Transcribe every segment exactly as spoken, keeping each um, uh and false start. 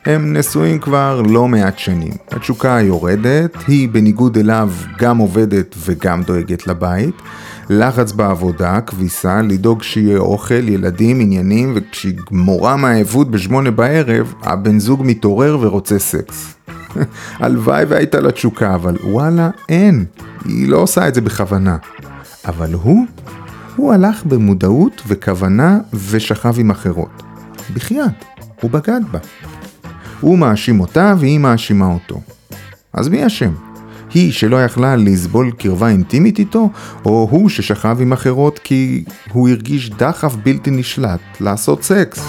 הם נשואים כבר לא מעט שנים. התשוקה יורדת, היא בניגוד אליו גם עובדת וגם דואגת לבית. לחץ בעבודה, כביסה, לדאוג שיהיה אוכל, ילדים, עניינים, וכשהיא גמורה מהעבוד בשמונה בערב, הבן זוג מתעורר ורוצה סקס. הלוואי והייתה לה תשוקה, אבל וואלה, אין. היא לא עושה את זה בכוונה. אבל הוא, הוא הלך במודעות וכוונה ושכב עם אחרות. בחייאת, הוא בגד בה. הוא מאשים אותה והיא מאשימה אותו. אז מי אשם? היא שלא יכלה לסבול קרבה אינטימית איתו, או הוא ששכב עם אחרות כי הוא הרגיש דחף בלתי נשלט לעשות סקס?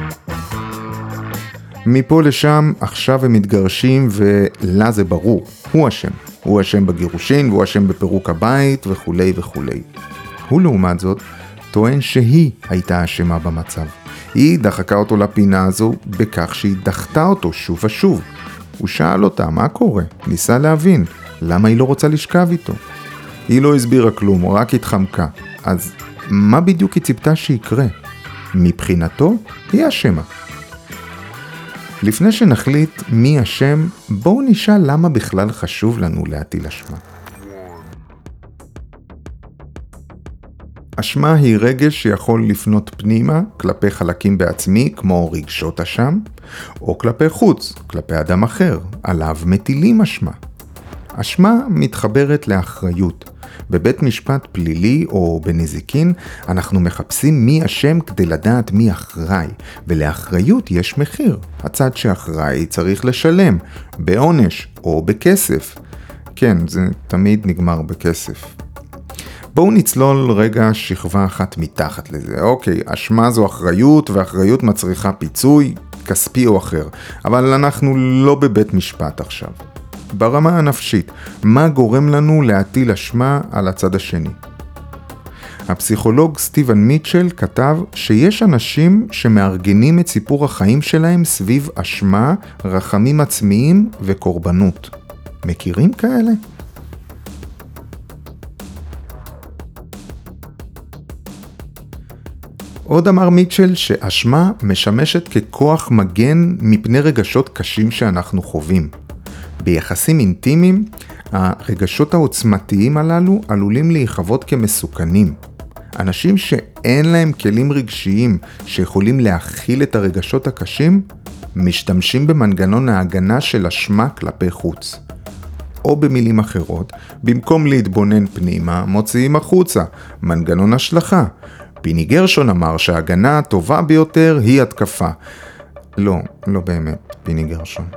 מפה לשם עכשיו הם מתגרשים ולה זה ברור, הוא אשם. הוא אשם בגירושין והוא אשם בפירוק הבית וכו' וכו'. הוא לעומת זאת טוען שהיא הייתה אשמה במצב. היא דחקה אותו לפינה הזו בכך שהיא דחתה אותו שוב ושוב. הוא שאל אותה מה קורה, ניסה להבין למה היא לא רוצה לשכב איתו. היא לא הסבירה כלום, רק התחמקה. אז מה בדיוק היא ציפתה שיקרה? מבחינתו היא אשמה. לפני שנחליט מי אשם, בואו נשאל למה בכלל חשוב לנו להטיל אשמה. אשמה היא רגש שיכול לפנות פנימה כלפי חלקים בעצמי, כמו רגשות אשם, או כלפי חוץ, כלפי אדם אחר, עליו מטילים אשמה. אשמה מתחברת לאחריות. בבית משפט פלילי או בנזיקין אנחנו מחפשים מי אשם כדי לדעת מי אחראי, ולאחריות יש מחיר. הצד שאחראי צריך לשלם, בעונש או בכסף. כן, זה תמיד נגמר בכסף. בואו נצלול רגע שכבה אחת מתחת לזה. אוקיי, אשמה זו אחריות, ואחריות מצריכה פיצוי, כספי או אחר. אבל אנחנו לא בבית משפט עכשיו. ברמה הנפשית, מה גורם לנו להטיל אשמה על הצד השני? הפסיכולוג סטיבן מיטשל כתב שיש אנשים שמארגנים את סיפור החיים שלהם סביב אשמה, רחמים עצמיים וקורבנות. מכירים כאלה? עוד אמר מיטשל שאשמה משמשת ככוח מגן מפני רגשות קשים שאנחנו חווים. ביחסים אינטימיים, הרגשות העוצמתיים הללו עלולים להיחוות כמסוכנים. אנשים שאין להם כלים רגשיים שיכולים להכיל את הרגשות הקשים, משתמשים במנגנון ההגנה של אשמה כלפי חוץ. או במילים אחרות, במקום להתבונן פנימה, מוציאים החוצה, מנגנון השלכה. פיני גרשון אמר שההגנה הטובה ביותר היא התקפה. לא, לא באמת, פיני גרשון.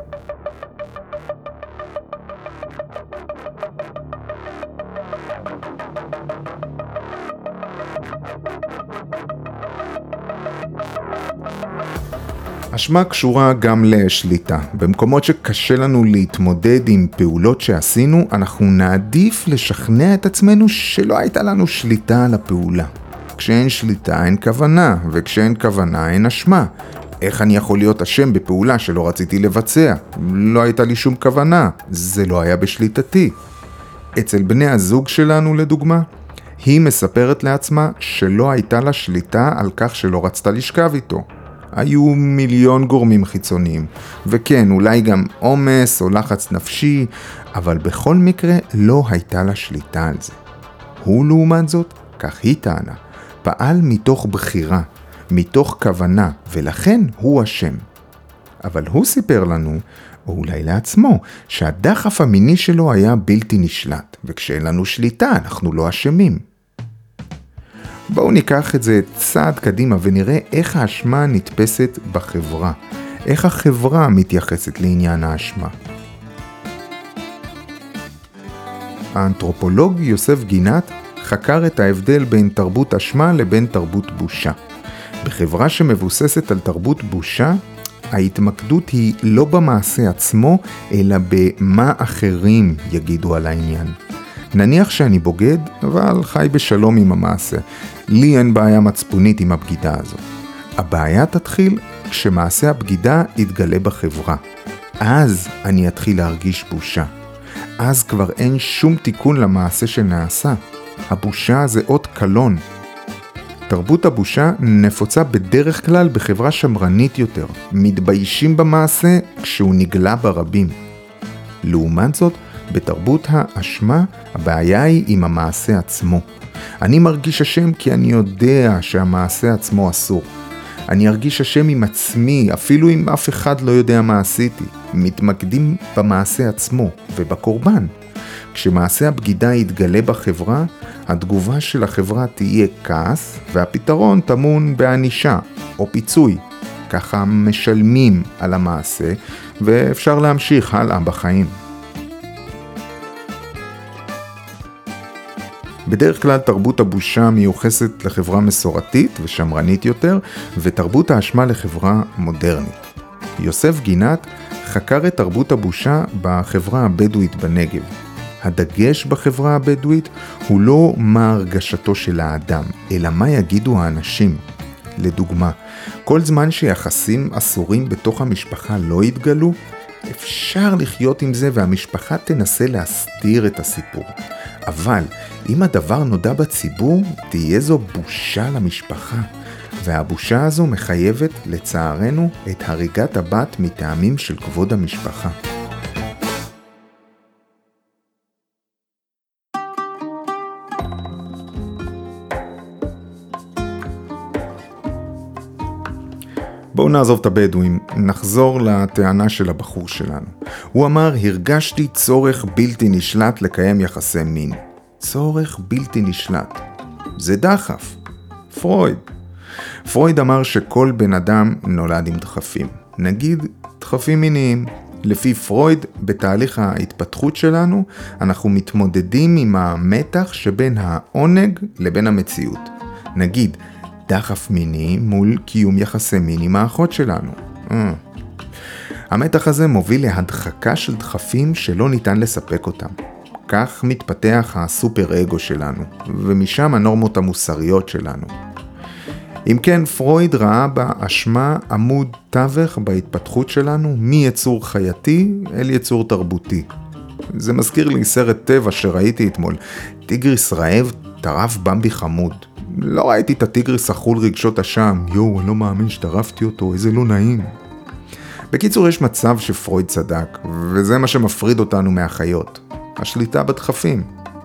אשמה קשורה גם לשליטה. במקומות שקשה לנו להתמודד עם פעולות שעשינו, אנחנו נעדיף לשכנע את עצמנו שלא הייתה לנו שליטה על הפעולה. כשאין שליטה אין כוונה, וכשאין כוונה אין אשמה. איך אני יכול להיות אשם בפעולה שלא רציתי לבצע? לא הייתה לי שום כוונה, זה לא היה בשליטתי. אצל בני הזוג שלנו לדוגמה, היא מספרת לעצמה שלא הייתה לה שליטה על כך שלא רצתה לשכב איתו. היו מיליון גורמים חיצוניים, וכן, אולי גם עומס או לחץ נפשי, אבל בכל מקרה לא הייתה לה שליטה על זה. הוא לעומת זאת, כך היא טענה, פעל מתוך בחירה, מתוך כוונה, ולכן הוא אשם. אבל הוא סיפר לנו, או אולי לעצמו, שהדחף המיני שלו היה בלתי נשלט, וכשאין לנו שליטה אנחנו לא אשמים. בואו ניקח את זה צעד קדימה ונראה איך האשמה נתפסת בחברה. איך החברה מתייחסת לעניין האשמה. האנתרופולוג יוסף גינת חקר את ההבדל בין תרבות אשמה לבין תרבות בושה. בחברה שמבוססת על תרבות בושה, ההתמקדות היא לא במעשה עצמו, אלא במה אחרים יגידו על העניין. נניח שאני בוגד, אבל חי בשלום עם המעשה. לי אין בעיה מצפונית עם הבגידה הזו. הבעיה תתחיל כשמעשה הבגידה יתגלה בחברה. אז אני אתחיל להרגיש בושה. אז כבר אין שום תיקון למעשה שנעשה. הבושה זה עוד קלון. תרבות הבושה נפוצה בדרך כלל בחברה שמרנית יותר, מתביישים במעשה כשהוא נגלה ברבים. לעומת זאת, בתרבות האשמה, הבעיה היא עם המעשה עצמו. אני מרגיש אשם כי אני יודע שהמעשה עצמו אסור. אני ארגיש אשם עם עצמי, אפילו אם אף אחד לא יודע מה עשיתי. מתמקדים במעשה עצמו ובקורבן. כשמעשה הבגידה יתגלה בחברה, התגובה של החברה תהיה כעס, והפתרון טמון בענישה או פיצוי. ככה משלמים על המעשה, ואפשר להמשיך הלאה בחיים. בדרך כלל תרבות הבושה מיוחסת לחברה מסורתית ושמרנית יותר, ותרבות האשמה לחברה מודרנית. יוסף גינת חקר את תרבות הבושה בחברה הבדואית בנגב. הדגש בחברה הבדואית הוא לא מה הרגשתו של האדם, אלא מה יגידו האנשים. לדוגמה, כל זמן שיחסים אסורים בתוך המשפחה לא יתגלו, אפשר לחיות עם זה והמשפחה תנסה להסתיר את הסיפור. אבל אם הדבר נודע בציבור, תהיה זו בושה למשפחה. והבושה הזו מחייבת, לצערנו, את הריגת הבת מטעמים של כבוד המשפחה. בואו נעזוב את הבדואים, נחזור לטענה של הבחור שלנו. הוא אמר, הרגשתי צורך בלתי נשלט לקיים יחסי מין. צורך בלתי נשלט. זה דחף. פרויד. פרויד אמר שכל בן אדם נולד עם דחפים. נגיד דחפים מיניים. לפי פרויד, בתהליך ההתפתחות שלנו, אנחנו מתמודדים עם המתח שבין העונג לבין המציאות. נגיד, דחף מיני מול קיום יחסי מין עם האחות שלנו. אה. המתח הזה מוביל להדחקה של דחפים שלא ניתן לספק אותם. כך מתפתח הסופר אגו שלנו, ומשם הנורמות המוסריות שלנו. אם כן, פרויד ראה באשמה עמוד תווך בהתפתחות שלנו מיצור חייתי אל יצור תרבותי. זה מזכיר לי סרט טבע שראיתי אתמול. טיגריס רעב טרף במבי חמוד. לא ראיתי את הטיגריס אכול רגשות אשם. יואו, אני לא מאמין שטרפתי אותו, איזה לא נעים. בקיצור, יש מצב שפרויד צדק, וזה מה שמפריד אותנו מהחיות. השליטה בדחפים.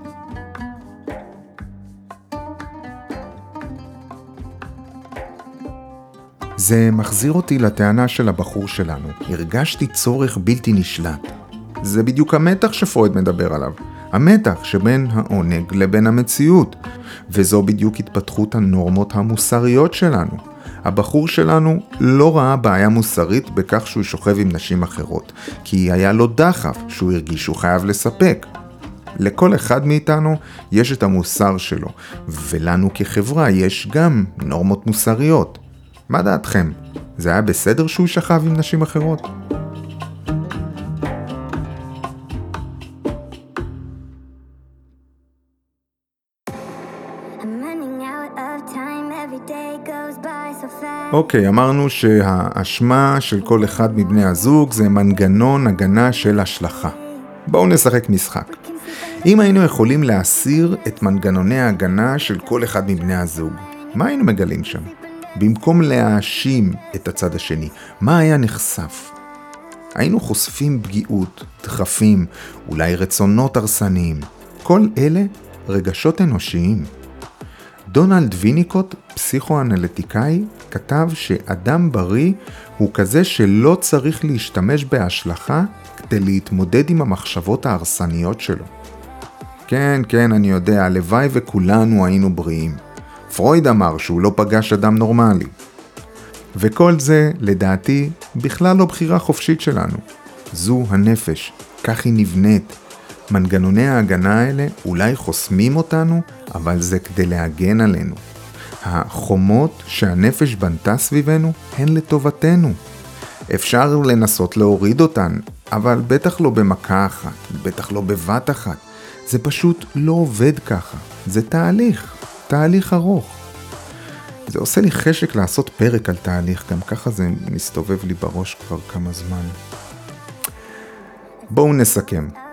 זה מחזיר אותי לטענה של הבחור שלנו. הרגשתי צורך בלתי נשלט. זה בדיוק המתח שפרויד מדבר עליו. המתח שבין העונג לבין המציאות. וזו בדיוק התפתחות הנורמות המוסריות שלנו. הבחור שלנו לא ראה בעיה מוסרית בכך שהוא שוכב עם נשים אחרות, כי היה לו דחף שהוא הרגיש שהוא חייב לספק. לכל אחד מאיתנו יש את המוסר שלו, ולנו כחברה יש גם נורמות מוסריות. מה דעתכם? זה היה בסדר שהוא שכב עם נשים אחרות? אוקיי, okay, אמרנו שהאשמה של כל אחד מבני הזוג זה מנגנון הגנה של השלכה. בואו נשחק משחק. אם היינו יכולים להסיר את מנגנוני ההגנה של כל אחד מבני הזוג, מה היינו מגלים שם? במקום להאשים את הצד השני, מה היה נחשף? היינו חושפים פגיעות, דחפים, אולי רצונות הרסניים. כל אלה רגשות אנושיים. דונלד ויניקוט, פסיכואנליטיקאי, כתב שאדם בריא הוא כזה שלא צריך להשתמש בהשלכה כדי להתמודד עם המחשבות ההרסניות שלו. כן, כן, אני יודע, הלוואי וכולנו היינו בריאים. פרויד אמר שהוא לא פגש אדם נורמלי. וכל זה, לדעתי, בכלל לא בחירה חופשית שלנו. זו הנפש, כך היא נבנית. מנגנוני ההגנה האלה אולי חוסמים אותנו, אבל זה כדי להגן עלינו. החומות שהנפש בנתה סביבנו הן לטובתנו. אפשר לנסות להוריד אותן, אבל בטח לא במכה אחת, בטח לא בבת אחת. זה פשוט לא עובד ככה. זה תהליך, תהליך ארוך. זה עושה לי חשק לעשות פרק על תהליך, גם ככה זה מסתובב לי בראש כבר כמה זמן. בואו נסכם.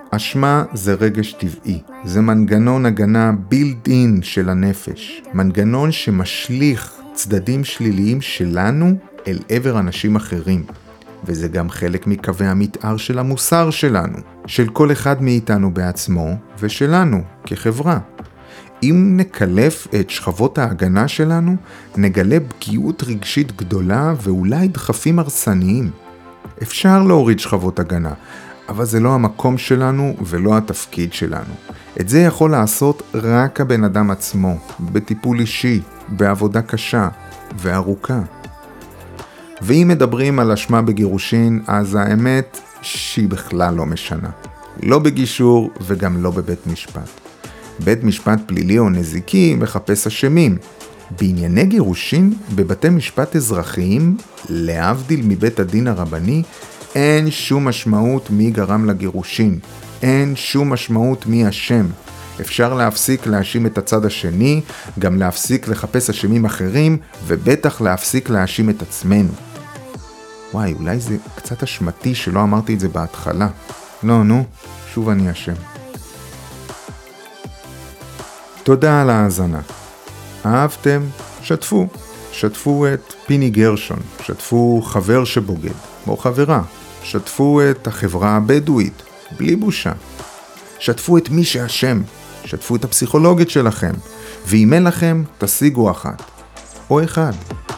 אשמה זה רגש טבעי, זה מנגנון הגנה built in של הנפש, מנגנון שמשליך צדדים שליליים שלנו אל עבר אנשים אחרים, וזה גם חלק מקווי המתאר של המוסר שלנו, של כל אחד מאיתנו בעצמו ושלנו כחברה. אם נקלף את שכבות ההגנה שלנו, נגלה פגיעות רגשית גדולה ואולי דחפים הרסניים. אפשר להוריד שכבות הגנה, אבל זה לא המקום שלנו ולא התפקיד שלנו. את זה יכול לעשות רק הבן אדם עצמו, בטיפול אישי, בעבודה קשה וארוכה. ואם מדברים על אשמה בגירושין, אז האמת שהיא בכלל לא משנה. לא בגישור וגם לא בבית משפט. בית משפט פלילי או נזיקי מחפש אשמים. בענייני גירושין, בבתי משפט אזרחיים, להבדיל מבית הדין הרבני, אין שום משמעות מי גרם לגירושין. אין שום משמעות מי אשם. אפשר להפסיק להאשים את הצד השני, גם להפסיק לחפש אשמים אחרים, ובטח להפסיק להאשים את עצמנו. וואי, אולי זה קצת אשמתי שלא אמרתי את זה בהתחלה. לא, נו, שוב אני אשם. תודה על ההאזנה. אהבתם? שתפו. שתפו את פיני גרשון, שתפו חבר שבוגד, או חברה. שתפו את החברה הבדואית, בלי בושה. שתפו את מי שאשם. שתפו את הפסיכולוגית שלכם. ואם אין לכם, תשיגו אחת. או אחד.